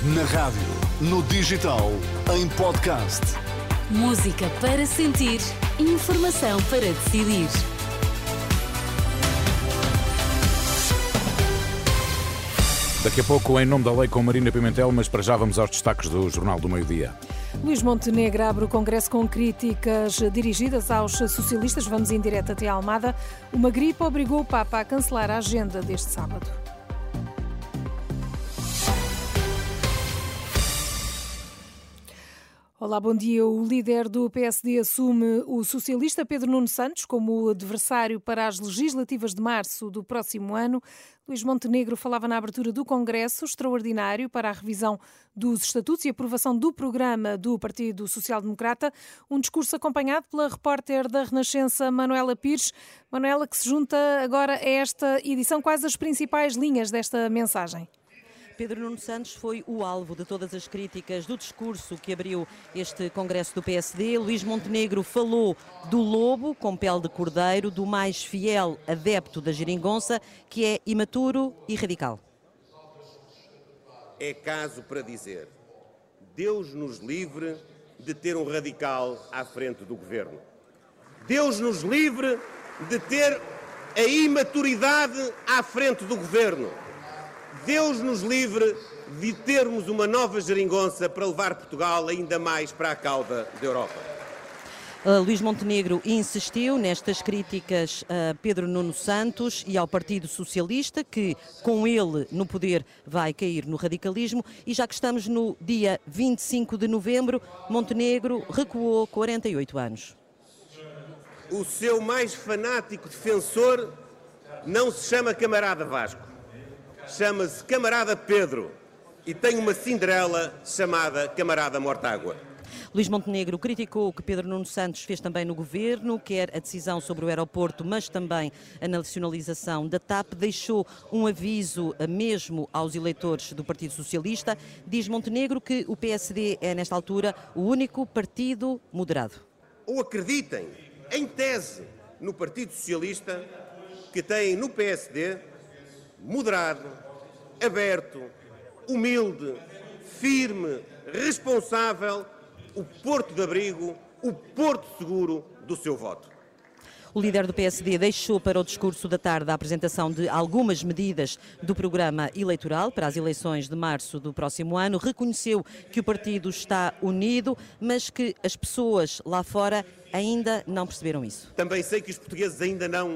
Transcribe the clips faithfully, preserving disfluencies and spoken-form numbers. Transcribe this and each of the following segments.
Na rádio, no digital, em podcast. Música para sentir, informação para decidir. Daqui a pouco, em nome da lei, com Marina Pimentel, mas para já vamos aos destaques do Jornal do Meio-Dia. Luís Montenegro abre o Congresso com críticas dirigidas aos socialistas. Vamos em direto até Almada. Uma gripe obrigou o Papa a cancelar a agenda deste sábado. Olá, bom dia. O líder do P S D assume o socialista Pedro Nuno Santos como adversário para as legislativas de março do próximo ano. Luís Montenegro falava na abertura do Congresso extraordinário para a revisão dos estatutos e aprovação do programa do Partido Social Democrata. Um discurso acompanhado pela repórter da Renascença, Manuela Pires. Manuela, que se junta agora a esta edição. Quais as principais linhas desta mensagem? Pedro Nuno Santos foi o alvo de todas as críticas do discurso que abriu este Congresso do P S D. Luís Montenegro falou do lobo com pele de cordeiro, do mais fiel adepto da geringonça, que é imaturo e radical. É caso para dizer, Deus nos livre de ter um radical à frente do governo. Deus nos livre de ter a imaturidade à frente do governo. Deus nos livre de termos uma nova geringonça para levar Portugal ainda mais para a cauda da Europa. Uh, Luís Montenegro insistiu nestas críticas a Pedro Nuno Santos e ao Partido Socialista, que com ele no poder vai cair no radicalismo, e já que estamos no dia vinte e cinco de novembro, Montenegro recuou quarenta e oito anos. O seu mais fanático defensor não se chama camarada Vasco. Chama-se camarada Pedro e tem uma Cinderela chamada camarada Mortágua. Luís Montenegro criticou o que Pedro Nuno Santos fez também no governo, quer a decisão sobre o aeroporto, mas também a nacionalização da T A P. Deixou um aviso mesmo aos eleitores do Partido Socialista. Diz Montenegro que o P S D é, nesta altura, o único partido moderado. Ou acreditem, em tese, no Partido Socialista, que tem no P S D moderado, aberto, humilde, firme, responsável, o porto de abrigo, o porto seguro do seu voto. O líder do P S D deixou para o discurso da tarde a apresentação de algumas medidas do programa eleitoral para as eleições de março do próximo ano. Reconheceu que o partido está unido, mas que as pessoas lá fora ainda não perceberam isso. Também sei que os portugueses ainda não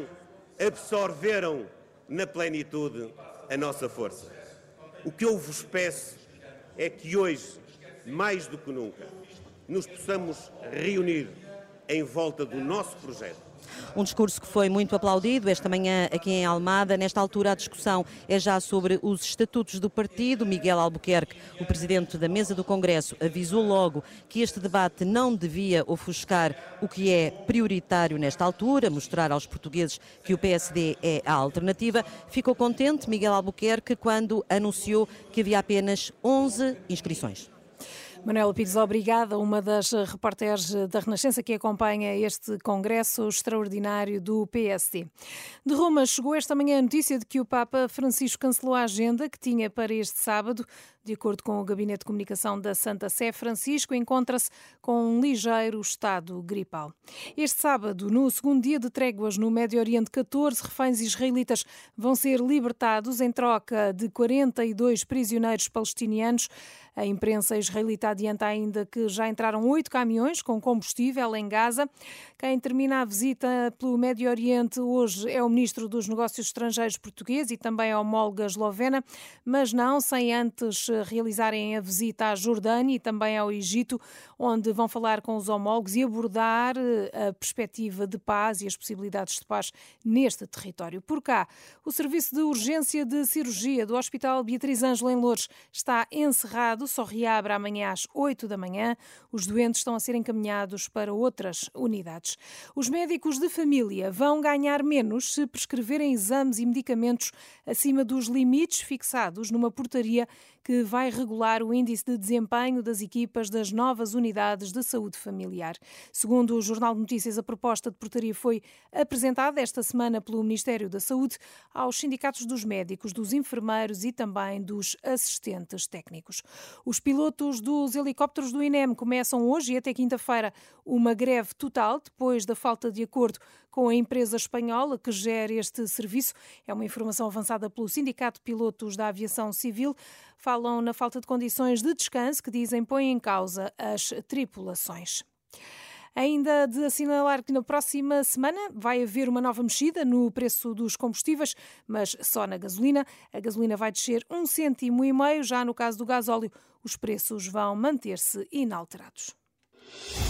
absorveram na plenitude a nossa força. O que eu vos peço é que hoje, mais do que nunca, nos possamos reunir em volta do nosso projeto. Um discurso que foi muito aplaudido esta manhã aqui em Almada. Nesta altura a discussão é já sobre os estatutos do partido. Miguel Albuquerque, o presidente da mesa do Congresso, avisou logo que este debate não devia ofuscar o que é prioritário nesta altura, mostrar aos portugueses que o P S D é a alternativa. Ficou contente Miguel Albuquerque quando anunciou que havia apenas onze inscrições. Manuela Pires, obrigada, uma das repórteres da Renascença que acompanha este Congresso extraordinário do P S D. De Roma chegou esta manhã a notícia de que o Papa Francisco cancelou a agenda que tinha para este sábado. De acordo com o Gabinete de Comunicação da Santa Sé, Francisco encontra-se com um ligeiro estado gripal. Este sábado, no segundo dia de tréguas no Médio Oriente, catorze reféns israelitas vão ser libertados em troca de quarenta e dois prisioneiros palestinianos. A imprensa israelita adianta ainda que já entraram oito caminhões com combustível em Gaza. Quem termina a visita pelo Médio Oriente hoje é o Ministro dos Negócios Estrangeiros português e também a homóloga eslovena, mas não sem antes realizarem a visita à Jordânia e também ao Egito, onde vão falar com os homólogos e abordar a perspectiva de paz e as possibilidades de paz neste território. Por cá, o Serviço de Urgência de Cirurgia do Hospital Beatriz Ângela em Loures está encerrado, só reabre amanhã às oito da manhã. Os doentes estão a ser encaminhados para outras unidades. Os médicos de família vão ganhar menos se prescreverem exames e medicamentos acima dos limites fixados numa portaria que vai regular o índice de desempenho das equipas das novas unidades de saúde familiar. Segundo o Jornal de Notícias, a proposta de portaria foi apresentada esta semana pelo Ministério da Saúde aos sindicatos dos médicos, dos enfermeiros e também dos assistentes técnicos. Os pilotos dos helicópteros do INEM começam hoje e até quinta-feira uma greve total depois da falta de acordo com a empresa espanhola que gera este serviço. É uma informação avançada pelo Sindicato de Pilotos da Aviação Civil. Falam na falta de condições de descanso que dizem põem em causa as tripulações. Ainda de assinalar que na próxima semana vai haver uma nova mexida no preço dos combustíveis, mas só na gasolina. A gasolina vai descer um cêntimo e meio, já no caso do gasóleo os preços vão manter-se inalterados.